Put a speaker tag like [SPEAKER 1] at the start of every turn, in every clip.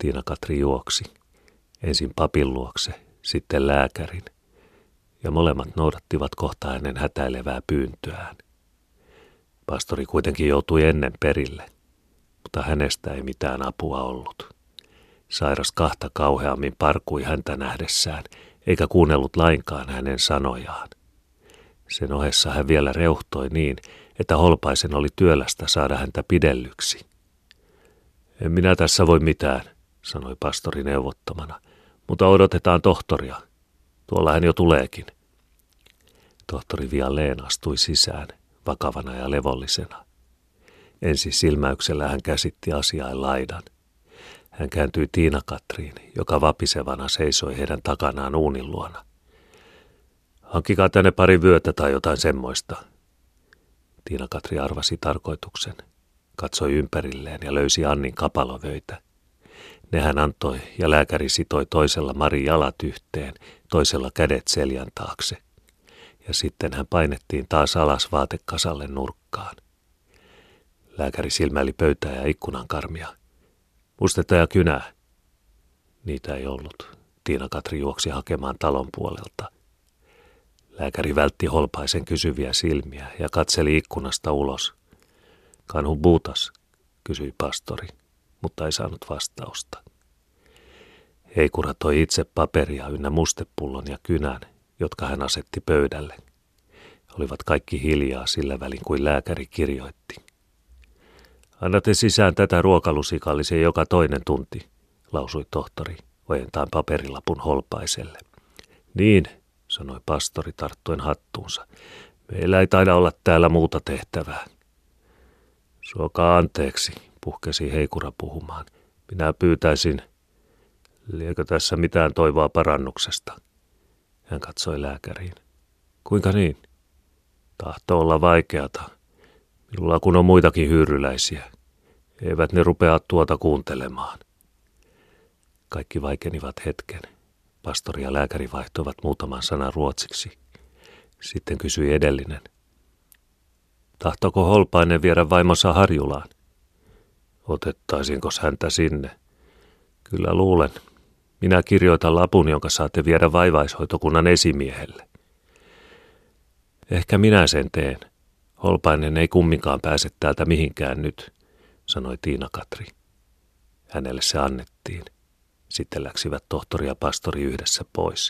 [SPEAKER 1] Tiina-Katri juoksi. Ensin papin luokse, sitten lääkärin. Ja molemmat noudattivat kohta hänen hätäilevää pyyntöään. Pastori kuitenkin joutui ennen perille, mutta hänestä ei mitään apua ollut. Sairas kahta kauheammin parkui häntä nähdessään, eikä kuunnellut lainkaan hänen sanojaan. Sen ohessa hän vielä reuhtoi niin, että Holpaisen oli työlästä saada häntä pidellyksi. En minä tässä voi mitään, sanoi pastori neuvottomana, mutta odotetaan tohtoria. Tuolla hän jo tuleekin. Tohtori Vialeen astui sisään, vakavana ja levollisena. Ensi silmäyksellä hän käsitti asiain laidan. Hän kääntyi Tiina-Katriin, joka vapisevana seisoi heidän takanaan uunin luona. Hankkikaa tänne pari vyötä tai jotain semmoista. Tiina-Katri arvasi tarkoituksen, katsoi ympärilleen ja löysi Annin kapalovöitä. Ne hän antoi ja lääkäri sitoi toisella Marin jalat yhteen, toisella kädet selän taakse. Ja sitten hän painettiin taas alas vaatekasalle nurkkaan. Lääkäri silmäili pöytää ja ikkunan karmia. Mustetta ja kynää. Niitä ei ollut. Tiina-Katri juoksi hakemaan talon puolelta. Lääkäri vältti Holpaisen kysyviä silmiä ja katseli ikkunasta ulos. Kanhu buutas, kysyi pastori, mutta ei saanut vastausta. Heikura toi itse paperia ynnä mustepullon ja kynän, jotka hän asetti pöydälle. Olivat kaikki hiljaa sillä välin kuin lääkäri kirjoitti. Annatte sisään tätä ruokalusikallisen joka toinen tunti, lausui tohtori, ojentaen paperilapun Holpaiselle. Niin, sanoi pastori tarttuen hattuunsa. Meillä ei taida olla täällä muuta tehtävää. Suokaa anteeksi, puhkesi Heikura puhumaan. Minä pyytäisin, liekö tässä mitään toivoa parannuksesta? Hän katsoi lääkäriin. Kuinka niin? Tahtoo olla vaikeata. Minulla kun on muitakin hyyryläisiä. Eivät ne rupea tuota kuuntelemaan. Kaikki vaikenivat hetken. Pastori ja lääkäri vaihtoivat muutaman sanan ruotsiksi. Sitten kysyi edellinen. Tahtoiko Holpainen viedä vaimonsa Harjulaan? Otettaisinko häntä sinne? Kyllä luulen. Minä kirjoitan lapun, jonka saatte viedä vaivaishoitokunnan esimiehelle. Ehkä minä sen teen. Holpainen ei kumminkaan pääse täältä mihinkään nyt, sanoi Tiina-Katri. Hänelle se annettiin. Sitten läksivät tohtori ja pastori yhdessä pois.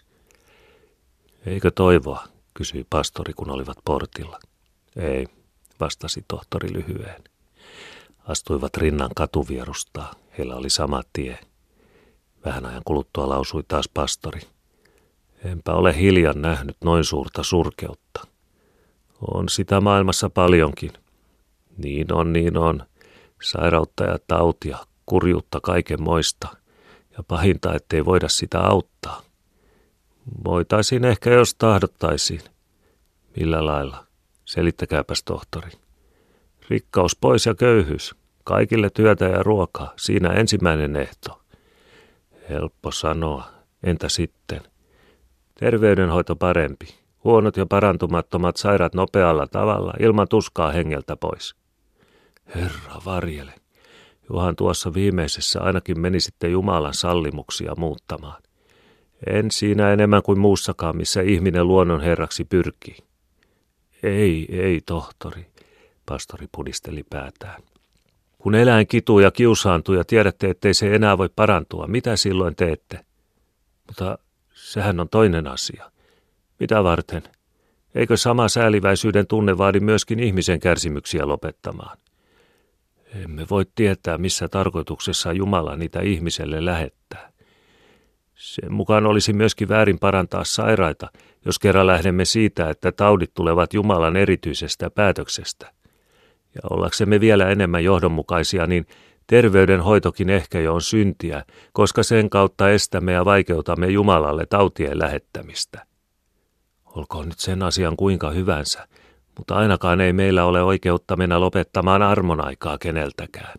[SPEAKER 1] Eikö toivoa, kysyi pastori, kun olivat portilla. Ei, vastasi tohtori lyhyen. Astuivat rinnan katuvierustaa. Heillä oli sama tie. Vähän ajan kuluttua lausui taas pastori. Enpä ole hiljan nähnyt noin suurta surkeutta. On sitä maailmassa paljonkin. Niin on. Sairautta ja tautia, kurjuutta kaikenmoista. Ja pahinta, ettei voida sitä auttaa. Voitaisiin ehkä, jos tahdottaisiin. Millä lailla? Selittäkääpäs, tohtori. Rikkaus pois ja köyhyys. Kaikille työtä ja ruokaa. Siinä ensimmäinen ehto. Helppo sanoa. Entä sitten? Terveydenhoito parempi. Huonot ja parantumattomat sairaat nopealla tavalla, ilman tuskaa hengeltä pois. Herra varjele. Johan tuossa viimeisessä ainakin meni sitten Jumalan sallimuksia muuttamaan. En siinä enemmän kuin muussakaan, missä ihminen luonnon herraksi pyrkii. Ei, tohtori, pastori pudisteli päätään. Kun eläin kituu ja kiusaantuu ja tiedätte, ettei se enää voi parantua, mitä silloin teette? Mutta sehän on toinen asia. Mitä varten? Eikö sama sääliväisyyden tunne vaadi myöskin ihmisen kärsimyksiä lopettamaan? Emme voi tietää, missä tarkoituksessa Jumala niitä ihmiselle lähettää. Sen mukaan olisi myöskin väärin parantaa sairaita, jos kerran lähdemme siitä, että taudit tulevat Jumalan erityisestä päätöksestä. Ja ollaksemme vielä enemmän johdonmukaisia, niin terveydenhoitokin ehkä jo on syntiä, koska sen kautta estämme ja vaikeutamme Jumalalle tautien lähettämistä. Olkoon nyt sen asian kuinka hyvänsä, mutta ainakaan ei meillä ole oikeutta mennä lopettamaan armon aikaa keneltäkään.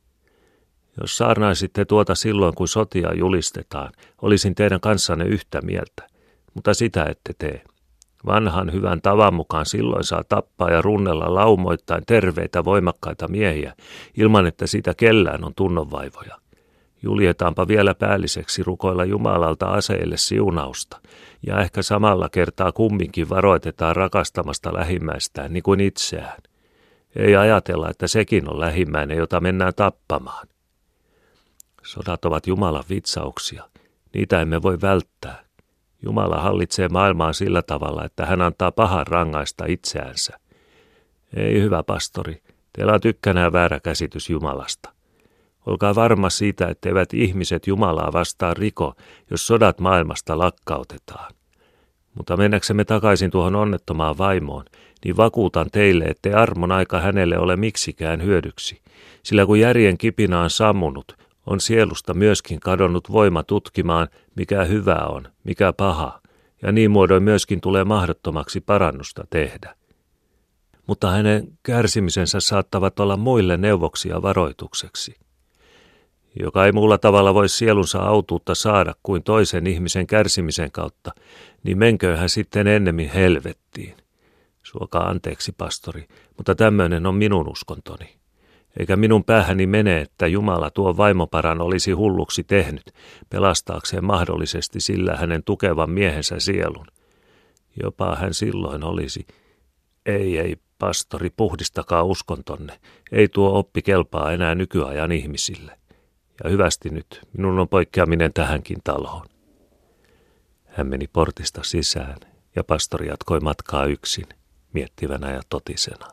[SPEAKER 1] Jos saarnaisitte tuota silloin, kun sotia julistetaan, olisin teidän kanssanne yhtä mieltä, mutta sitä ette tee. Vanhan hyvän tavan mukaan silloin saa tappaa ja runnella laumoittain terveitä voimakkaita miehiä, ilman että siitä kellään on tunnonvaivoja. Juljetaanpa vielä päälliseksi rukoilla Jumalalta aseille siunausta, ja ehkä samalla kertaa kumminkin varoitetaan rakastamasta lähimmäistään niin kuin itseään. Ei ajatella, että sekin on lähimmäinen, jota mennään tappamaan. Sodat ovat Jumalan vitsauksia. Niitä emme voi välttää. Jumala hallitsee maailmaa sillä tavalla, että hän antaa pahan rangaista itseänsä. Ei, hyvä pastori, teillä on tykkänään väärä käsitys Jumalasta. Olkaa varma siitä, etteivät ihmiset Jumalaa vastaan riko, jos sodat maailmasta lakkautetaan. Mutta mennäksemme takaisin tuohon onnettomaan vaimoon, niin vakuutan teille, ettei armon aika hänelle ole miksikään hyödyksi. Sillä kun järjen kipinä on sammunut, on sielusta myöskin kadonnut voima tutkimaan, mikä hyvä on, mikä paha, ja niin muodoin myöskin tulee mahdottomaksi parannusta tehdä. Mutta hänen kärsimisensä saattavat olla muille neuvoksi ja varoitukseksi. Joka ei muulla tavalla voi sielunsa autuutta saada kuin toisen ihmisen kärsimisen kautta, niin menköön hän sitten ennemmin helvettiin. Suokaa anteeksi, pastori, mutta tämmöinen on minun uskontoni. Eikä minun päähäni mene, että Jumala tuo vaimoparan olisi hulluksi tehnyt, pelastaakseen mahdollisesti sillä hänen tukevan miehensä sielun. Jopa hän silloin olisi, ei, pastori, puhdistakaa uskontonne, ei tuo oppi kelpaa enää nykyajan ihmisille. Ja hyvästi nyt, minun on poikkeaminen tähänkin taloon. Hän meni portista sisään ja pastori jatkoi matkaa yksin, miettivänä ja totisena.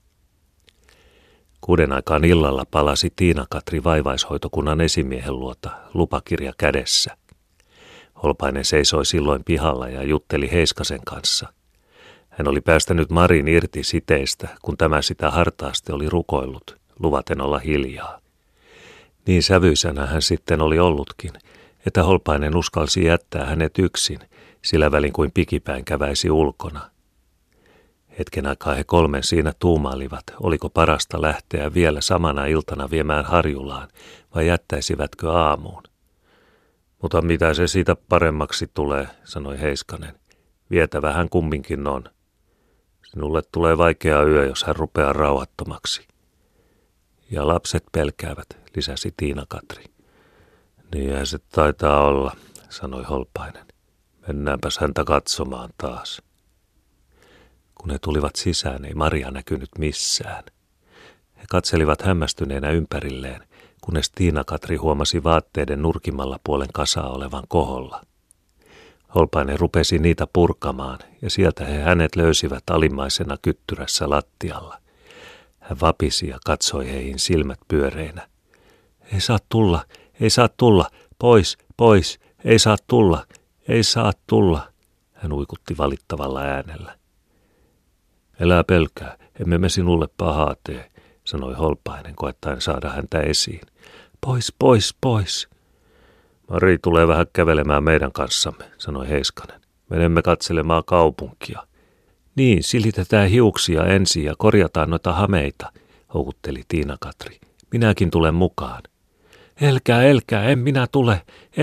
[SPEAKER 1] 6 aikaan illalla palasi Tiina-Katri vaivaishoitokunnan esimiehen luota, lupakirja kädessä. Holpainen seisoi silloin pihalla ja jutteli Heiskasen kanssa. Hän oli päästänyt Marin irti siteistä, kun tämä sitä hartaasti oli rukoillut, luvaten olla hiljaa. Niin sävyisänä hän sitten oli ollutkin, että Holpainen uskalsi jättää hänet yksin, sillä välin kuin pikipäin käväisi ulkona. Hetken aikaa he 3 siinä tuumailivat, oliko parasta lähteä vielä samana iltana viemään Harjulaan, vai jättäisivätkö aamuun. Mutta mitä se siitä paremmaksi tulee, sanoi Heiskanen. Vietävä hän kumminkin on. Sinulle tulee vaikea yö, jos hän rupeaa rauhattomaksi. Ja lapset pelkäävät, lisäsi Tiina-Katri. Niinhän se taitaa olla, sanoi Holpainen. Mennäänpäs häntä katsomaan taas. Kun he tulivat sisään, ei Maria näkynyt missään. He katselivat hämmästyneenä ympärilleen, kunnes Tiina-Katri huomasi vaatteiden nurkimalla puolen kasaa olevan koholla. Holpainen rupesi niitä purkamaan, ja sieltä he hänet löysivät alimmaisena kyttyrässä lattialla. Hän vapisi ja katsoi heihin silmät pyöreinä. Ei saa tulla, pois, ei saa tulla, hän uikutti valittavalla äänellä. Älä pelkää, emme me sinulle pahaa tee, sanoi Holpainen koettaen saada häntä esiin. Pois. Mari tulee vähän kävelemään meidän kanssamme, sanoi Heiskanen. Menemme katselemaan kaupunkia. Niin, silitetään hiuksia ensin ja korjataan noita hameita, houkutteli Tiina-Katri. Minäkin tulen mukaan. Älkää, en minä tule,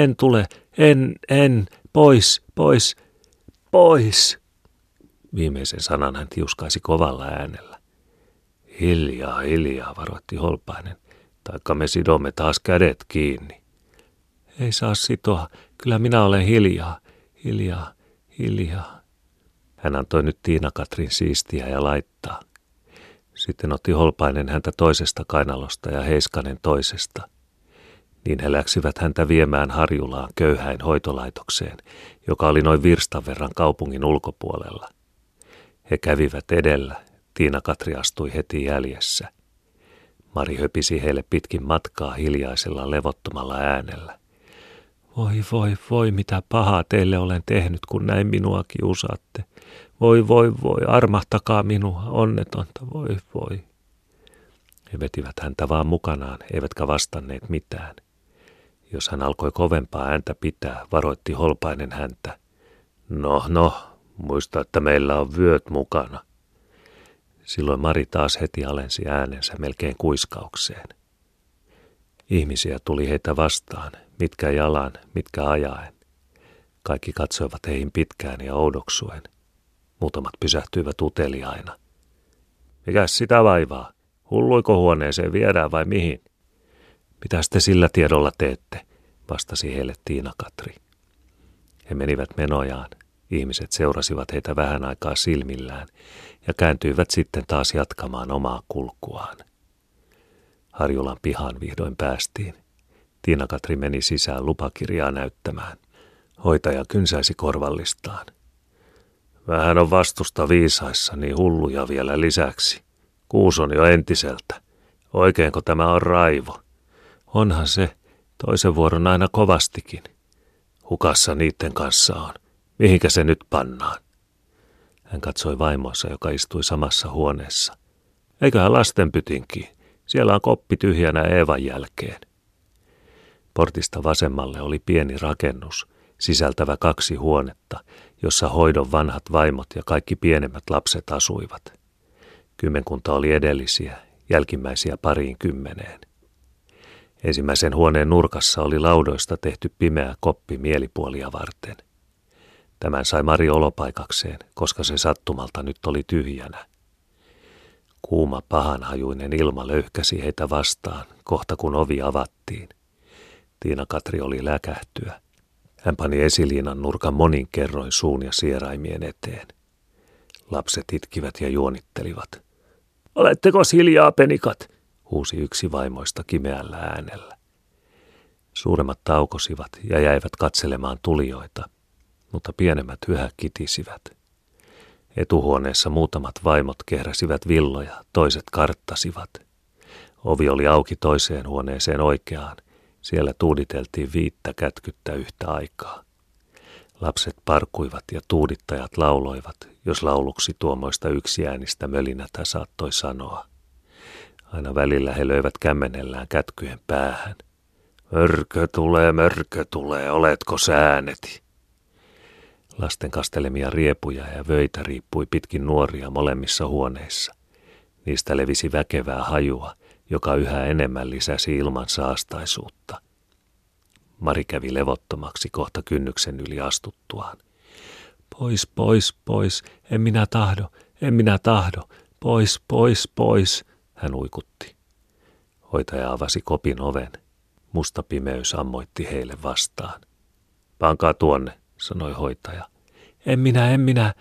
[SPEAKER 1] pois. Viimeisen sanan hän tiuskaisi kovalla äänellä. Hiljaa, varoitti Holpainen, taikka me sidomme taas kädet kiinni. Ei saa sitoa, kyllä minä olen hiljaa. Hän antoi nyt Tiina-Katrin siistiä ja laittaa. Sitten otti Holpainen häntä toisesta kainalosta ja Heiskanen toisesta. Niin he läksivät häntä viemään Harjulaan köyhäin hoitolaitokseen, joka oli noin virstan verran kaupungin ulkopuolella. He kävivät edellä, Tiina-Katri astui heti jäljessä. Mari höpisi heille pitkin matkaa hiljaisella levottomalla äänellä. Voi, mitä pahaa teille olen tehnyt, kun näin minua kiusaatte. Voi, armahtakaa minua, onnetonta, voi. He vetivät häntä vaan mukanaan, eivätkä vastanneet mitään. Jos hän alkoi kovempaa ääntä pitää, varoitti Holpainen häntä. No, muista, että meillä on vyöt mukana. Silloin Mari taas heti alensi äänensä melkein kuiskaukseen. Ihmisiä tuli heitä vastaan, mitkä jalan, mitkä ajaen. Kaikki katsoivat heihin pitkään ja oudoksuen. Muutamat pysähtyivät uteliaina. Mikäs sitä vaivaa? Hulluiko huoneeseen viedään vai mihin? Mitä te sillä tiedolla teette, vastasi heille Tiina-Katri. He menivät menojaan. Ihmiset seurasivat heitä vähän aikaa silmillään ja kääntyivät sitten taas jatkamaan omaa kulkuaan. Harjulan pihaan vihdoin päästiin. Tiina-Katri meni sisään lupakirjaa näyttämään. Hoitaja kynsäisi korvallistaan. Vähän on vastusta viisaissa, niin hulluja vielä lisäksi. Kuus on jo entiseltä. Oikeinko tämä on raivo? Onhan se, toisen vuoron aina kovastikin. Hukassa niiden kanssa on. Mihinkä se nyt pannaan? Hän katsoi vaimoansa, joka istui samassa huoneessa. Eiköhän lastenpytinkin. Siellä on koppi tyhjänä Eevan jälkeen. Portista vasemmalle oli pieni rakennus, sisältävä 2 huonetta, jossa hoidon vanhat vaimot ja kaikki pienemmät lapset asuivat. 10 oli edellisiä, jälkimmäisiä 20. Ensimmäisen huoneen nurkassa oli laudoista tehty pimeä koppi mielipuolia varten. Tämän sai Mari olopaikakseen, koska se sattumalta nyt oli tyhjänä. Kuuma pahanhajuinen ilma löyhkäsi heitä vastaan, kohta kun ovi avattiin. Tiina-Katri oli läkähtyä. Hän pani esiliinan nurkan monin kerroin suun ja sieraimien eteen. Lapset itkivät ja juonittelivat. Oletteko hiljaa, penikat? Huusi yksi vaimoista kimeällä äänellä. Suuremmat taukosivat ja jäivät katselemaan tulijoita, mutta pienemmät yhä kitisivät. Etuhuoneessa muutamat vaimot kehräsivät villoja, toiset karttasivat. Ovi oli auki toiseen huoneeseen oikeaan. Siellä tuuditeltiin 5 kätkyttä yhtä aikaa. Lapset parkuivat ja tuudittajat lauloivat, jos lauluksi tuommoista yksiäänistä mölinätä saattoi sanoa. Aina välillä he löivät kämmenellään kätkyjen päähän. Mörkö tulee, oletko sääneti? Lasten kastelemia riepuja ja vöitä riippui pitkin nuoria molemmissa huoneissa. Niistä levisi väkevää hajua, joka yhä enemmän lisäsi ilman saastaisuutta. Mari kävi levottomaksi kohta kynnyksen yli astuttuaan. Pois, en minä tahdo, pois, hän uikutti. Hoitaja avasi kopin oven. Musta pimeys ammoitti heille vastaan. Pankaa tuonne, sanoi hoitaja. En minä,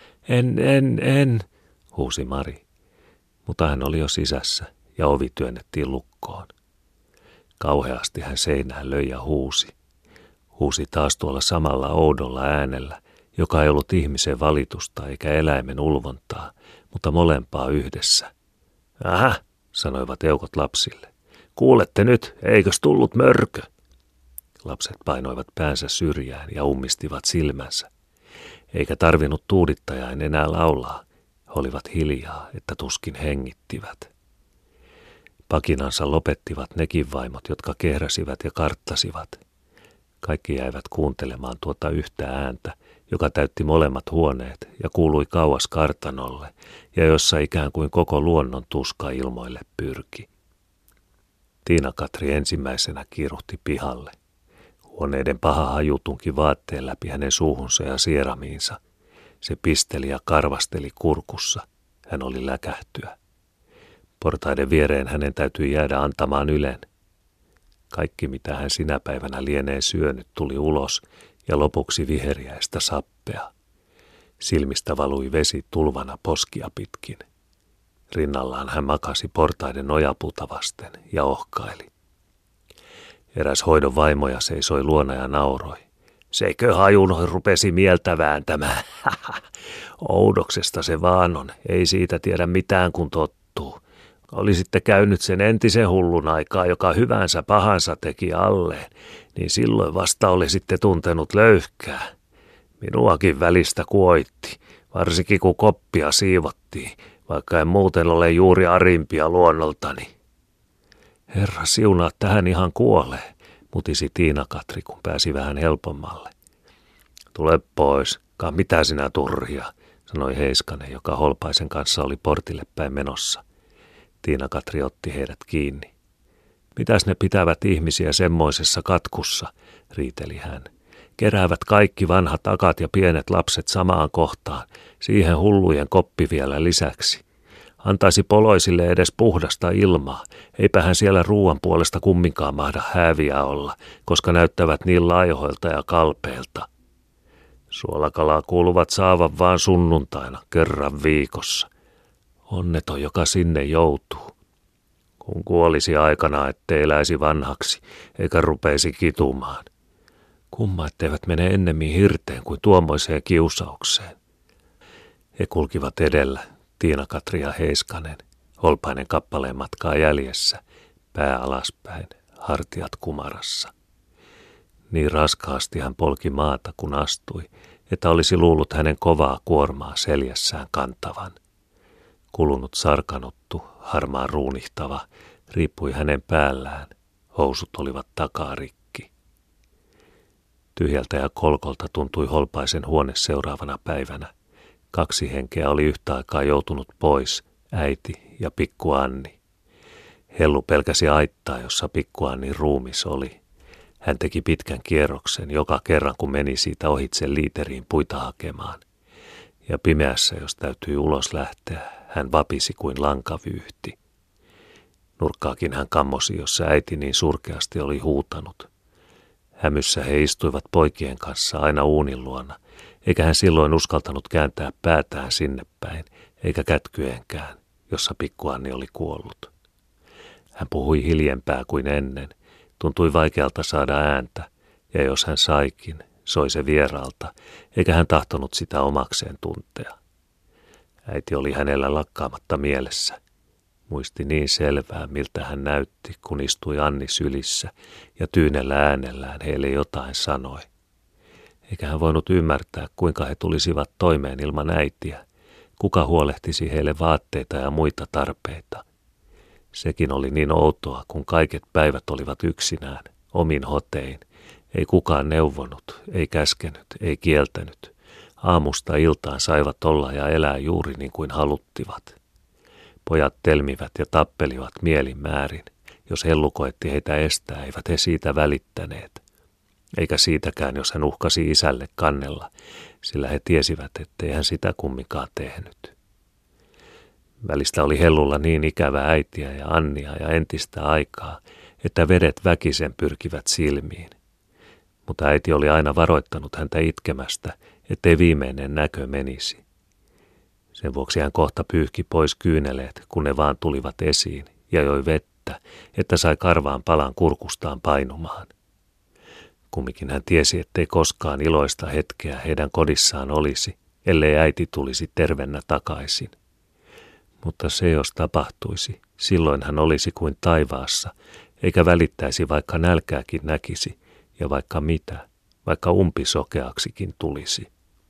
[SPEAKER 1] huusi Mari. Mutta hän oli jo sisässä ja ovi työnnettiin lukkoon. Kauheasti hän seinään löi ja huusi. Huusi taas tuolla samalla oudolla äänellä, joka ei ollut ihmisen valitusta eikä eläimen ulvontaa, mutta molempaa yhdessä. Ähä, sanoivat eukot lapsille. Kuulette nyt, eikös tullut mörkö? Lapset painoivat päänsä syrjään ja ummistivat silmänsä. Eikä tarvinnut tuudittajain enää laulaa. He olivat hiljaa, että tuskin hengittivät. Pakinansa lopettivat nekin vaimot, jotka kehräsivät ja karttasivat. Kaikki jäivät kuuntelemaan tuota yhtä ääntä, joka täytti molemmat huoneet ja kuului kauas kartanolle ja jossa ikään kuin koko luonnon tuska ilmoille pyrki. Tiina-Katri ensimmäisenä kiiruhti pihalle. Huoneiden paha haju tunki vaatteen läpi hänen suuhunsa ja sieramiinsa. Se pisteli ja karvasteli kurkussa. Hän oli läkähtyä. Portaiden viereen hänen täytyi jäädä antamaan ylen. Kaikki, mitä hän sinä päivänä lienee syönyt, tuli ulos ja lopuksi viheriäistä sappea. Silmistä valui vesi tulvana poskia pitkin. Rinnallaan hän makasi portaiden nojapuuta vasten ja ohkaili. Eräs hoidon vaimoja seisoi luona ja nauroi. Seikö hajun rupesi mieltä vääntämään? Oudoksesta se vaan on, ei siitä tiedä mitään kun tottuu. Olisitte käynyt sen entisen hullun aikaa, joka hyvänsä pahansa teki alleen, niin silloin vasta olisitte tuntenut löyhkää. Minuakin välistä kuoitti, varsinkin kun koppia siivottiin, vaikka en muuten ole juuri arimpia luonnoltani. Herra siunaa, tähän ihan kuolee, mutisi Tiina-Katri, kun pääsi vähän helpommalle. Tule pois, mitä sinä turhia, sanoi Heiskanen, joka Holpaisen kanssa oli portille päin menossa. Tiina-Katri otti heidät kiinni. Mitäs ne pitävät ihmisiä semmoisessa katkussa, riiteli hän. Keräävät kaikki vanhat akat ja pienet lapset samaan kohtaan, siihen hullujen koppi vielä lisäksi. Antaisi poloisille edes puhdasta ilmaa, eipä hän siellä ruuan puolesta kumminkaan mahda hääviä olla, koska näyttävät niin laihoilta ja kalpeilta. Suolakalaa kuuluvat saavan vaan sunnuntaina, kerran viikossa. Onneton, joka sinne joutuu. Kun kuolisi aikana, ettei eläisi vanhaksi, eikä rupeisi kitumaan. Kumma, etteivät mene ennemmin hirteen kuin tuommoiseen kiusaukseen. He kulkivat edellä, Tiina-Katri ja Heiskanen, Holpainen kappaleen matkaa jäljessä, pää alaspäin, hartiat kumarassa. Niin raskaasti hän polki maata, kun astui, että olisi luullut hänen kovaa kuormaa seljässään kantavan. Kulunut sarkanottu, harmaa ruunihtava, riippui hänen päällään, housut olivat takaa rikki. Tyhjältä ja kolkolta tuntui Holpaisen huone seuraavana päivänä. 2 henkeä oli yhtä aikaa joutunut pois, äiti ja pikku Anni. Hellu pelkäsi aittaa, jossa pikku Annin ruumis oli. Hän teki pitkän kierroksen joka kerran, kun meni siitä ohitse liiteriin puita hakemaan. Ja pimeässä, jos täytyi ulos lähteä, hän vapisi kuin lankavyyhti. Nurkkaakin hän kammosi, jossa äiti niin surkeasti oli huutanut. Hämyssä he istuivat poikien kanssa aina uunin luona, eikä hän silloin uskaltanut kääntää päätään sinne päin, eikä kätkyenkään, jossa pikku Anni oli kuollut. Hän puhui hiljempää kuin ennen, tuntui vaikealta saada ääntä, ja jos hän saikin, soi se vieraalta, eikä hän tahtonut sitä omakseen tuntea. Äiti oli hänellä lakkaamatta mielessä. Muisti niin selvää, miltä hän näytti, kun istui Anni sylissä ja tyynellä äänellään heille jotain sanoi. Eikä hän voinut ymmärtää, kuinka he tulisivat toimeen ilman äitiä, kuka huolehtisi heille vaatteita ja muita tarpeita. Sekin oli niin outoa, kun kaiket päivät olivat yksinään, omin hotein. Ei kukaan neuvonut, ei käskenyt, ei kieltänyt. Aamusta iltaan saivat olla ja elää juuri niin kuin haluttivat. Pojat telmivät ja tappelivat mielinmäärin. Jos Hellu koetti heitä estää, eivät he siitä välittäneet. Eikä siitäkään, jos hän uhkasi isälle kannella, sillä he tiesivät, ettei hän sitä kumminkaan tehnyt. Välistä oli Hellulla niin ikävä äitiä ja Annia ja entistä aikaa, että vedet väkisen pyrkivät silmiin. Mutta äiti oli aina varoittanut häntä itkemästä, ettei viimeinen näkö menisi. Sen vuoksi hän kohta pyyhki pois kyyneleet, kun ne vaan tulivat esiin, ja joi vettä, että sai karvaan palan kurkustaan painumaan. Kumminkin hän tiesi, ettei koskaan iloista hetkeä heidän kodissaan olisi, ellei äiti tulisi tervennä takaisin. Mutta se jos tapahtuisi, silloin hän olisi kuin taivaassa, eikä välittäisi vaikka nälkääkin näkisi, ja vaikka mitä, vaikka umpisokeaksikin tulisi.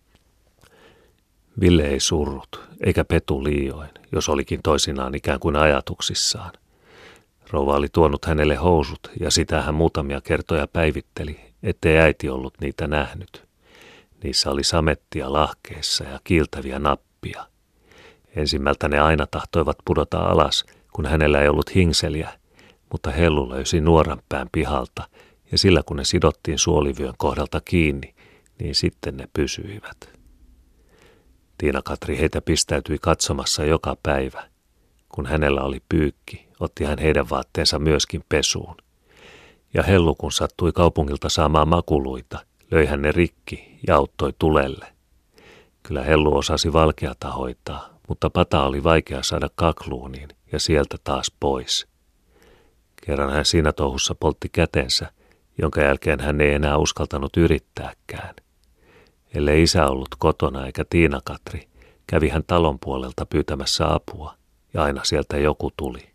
[SPEAKER 1] Ville ei surrut, eikä Petu liioin, jos olikin toisinaan ikään kuin ajatuksissaan. Rouva oli tuonut hänelle housut, ja sitä hän muutamia kertoja päivitteli, ettei äiti ollut niitä nähnyt. Niissä oli samettia lahkeessa ja kiiltäviä nappia. Ensimmältä ne aina tahtoivat pudota alas, kun hänellä ei ollut hingseliä, mutta Hellu löysi nuoranpään pihalta, ja sillä kun ne sidottiin suolivyön kohdalta kiinni, niin sitten ne pysyivät. Tiina-Katri heitä pistäytyi katsomassa joka päivä. Kun hänellä oli pyykki, otti hän heidän vaatteensa myöskin pesuun. Ja Hellu, kun sattui kaupungilta saamaan makuluita, löi hän ne rikki ja auttoi tulelle. Kyllä Hellu osasi valkeata hoitaa, mutta pata oli vaikea saada kakluuniin ja sieltä taas pois. Kerran hän siinä touhussa poltti kätensä, jonka jälkeen hän ei enää uskaltanut yrittääkään. Ellei isä ollut kotona eikä Tiina-Katri, kävi hän talon puolelta pyytämässä apua, ja aina sieltä joku tuli.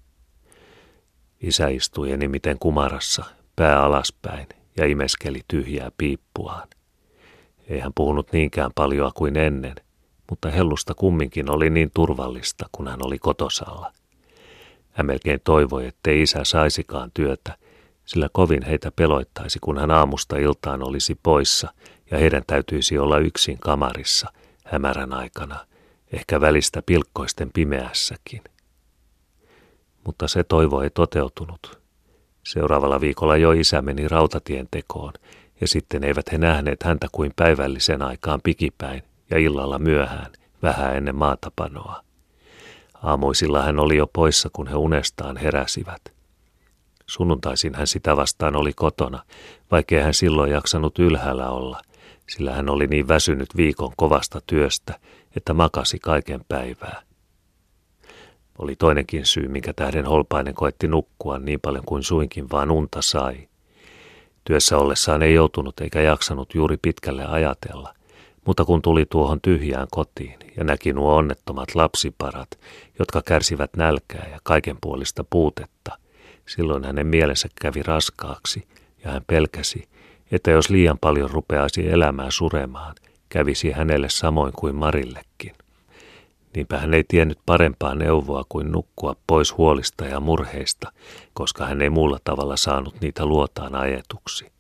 [SPEAKER 1] Isä istui enimiten kumarassa, pää alaspäin, ja imeskeli tyhjää piippuaan. Ei hän puhunut niinkään paljoa kuin ennen, mutta Hellusta kumminkin oli niin turvallista, kun hän oli kotosalla. Hän melkein toivoi, ettei isä saisikaan työtä, sillä kovin heitä peloittaisi, kun hän aamusta iltaan olisi poissa ja heidän täytyisi olla yksin kamarissa hämärän aikana, ehkä välistä pilkkoisten pimeässäkin. Mutta se toivo ei toteutunut. Seuraavalla viikolla jo isä meni rautatien tekoon, ja sitten eivät he nähneet häntä kuin päivällisen aikaan pikipäin ja illalla myöhään, vähän ennen maatapanoa. Aamuisilla hän oli jo poissa, kun he unestaan heräsivät. Sunnuntaisin hän sitä vastaan oli kotona, vaikkei hän silloin jaksanut ylhäällä olla, sillä hän oli niin väsynyt viikon kovasta työstä, että makasi kaiken päivää. Oli toinenkin syy, minkä tähden Holopainen koetti nukkua niin paljon kuin suinkin vaan unta sai. Työssä ollessaan ei joutunut eikä jaksanut juuri pitkälle ajatella, mutta kun tuli tuohon tyhjään kotiin ja näki nuo onnettomat lapsiparat, jotka kärsivät nälkää ja kaikenpuolista puutetta, silloin hänen mielensä kävi raskaaksi ja hän pelkäsi, että jos liian paljon rupeaisi elämää suremaan, kävisi hänelle samoin kuin Marillekin. Niinpä hän ei tiennyt parempaa neuvoa kuin nukkua pois huolista ja murheista, koska hän ei muulla tavalla saanut niitä luotaan ajetuksi.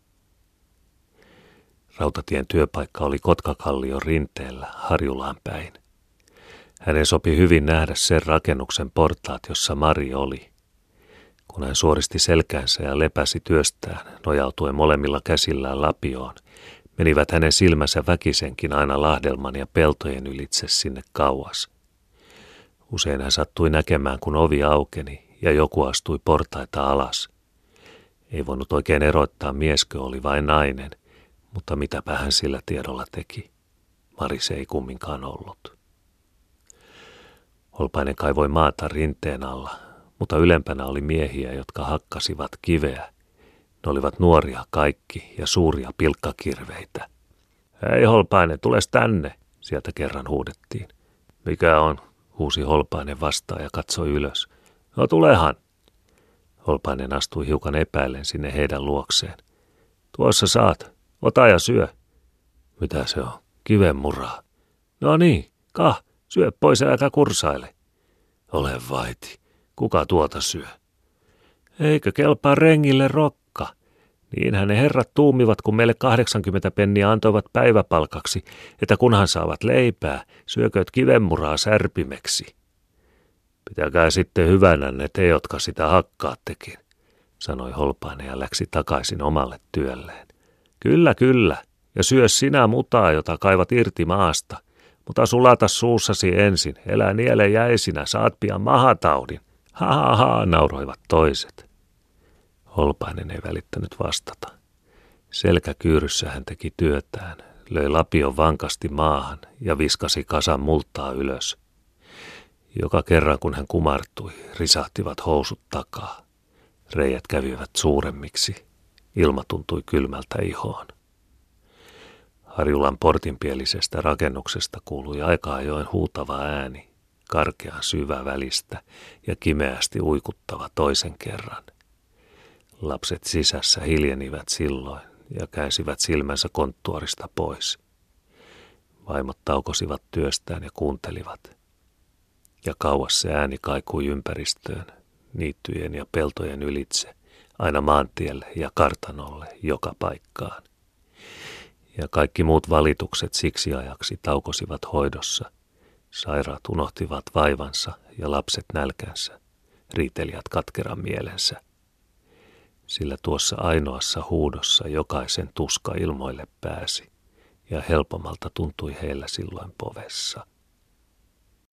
[SPEAKER 1] Rautatien työpaikka oli Kotkakallion rinteellä Harjulaan päin. Hänen sopi hyvin nähdä sen rakennuksen portaat, jossa Mari oli. Kun hän suoristi selkäänsä ja lepäsi työstään, nojautuen molemmilla käsillään lapioon, menivät hänen silmänsä väkisenkin aina lahdelman ja peltojen ylitse sinne kauas. Usein hän sattui näkemään, kun ovi aukeni ja joku astui portaita alas. Ei voinut oikein erottaa, mieskö oli vai nainen, mutta mitäpä hän sillä tiedolla teki. Mari se ei kumminkaan ollut. Holopainen kaivoi maata rinteen alla, mutta ylempänä oli miehiä, jotka hakkasivat kiveä. Ne olivat nuoria kaikki ja suuria pilkkakirveitä. Hei Holopainen, tules tänne, sieltä kerran huudettiin. Mikä on? Huusi Holopainen vastaan ja katsoi ylös. No tulehan. Holopainen astui hiukan epäillen sinne heidän luokseen. Tuossa saat, ota ja syö. Mitä se on? Kivenmuraa. No niin, syö pois äläkä kursaile. Ole vaiti, kuka tuota syö? Eikö kelpaa rengille rokka? Niinhän ne herrat tuumivat, kun meille 80 penniä antoivat päiväpalkaksi, että kunhan saavat leipää, syökööt kivenmuraa särpimeksi. Pitäkää sitten hyvänänne te, jotka sitä hakkaattekin, sanoi Holopainen ja läksi takaisin omalle työlleen. Kyllä, ja syö sinä mutaa, jota kaivat irti maasta, mutta sulata suussasi ensin, elä niele jäisinä, saat pian mahataudin. Ha, nauroivat toiset. Holopainen ei välittänyt vastata. Selkäkyyryssä hän teki työtään, löi lapion vankasti maahan ja viskasi kasan multaa ylös. Joka kerran kun hän kumartui, risahtivat housut takaa. Reijät kävivät suuremmiksi. Ilma tuntui kylmältä ihoon. Harjulan portinpielisestä rakennuksesta kuului aika ajoin huutava ääni, karkean syvä välistä ja kimeästi uikuttava toisen kerran. Lapset sisässä hiljenivät silloin ja käänsivät silmänsä konttuorista pois. Vaimot taukosivat työstään ja kuuntelivat. Ja kauas se ääni kaikui ympäristöön, niittyjen ja peltojen ylitse, aina maantielle ja kartanolle, joka paikkaan. Ja kaikki muut valitukset siksi ajaksi taukosivat hoidossa. Sairaat unohtivat vaivansa ja lapset nälkänsä, riitelijät katkeran mielensä. Sillä tuossa ainoassa huudossa jokaisen tuska ilmoille pääsi, ja helpommalta tuntui heillä silloin povessa.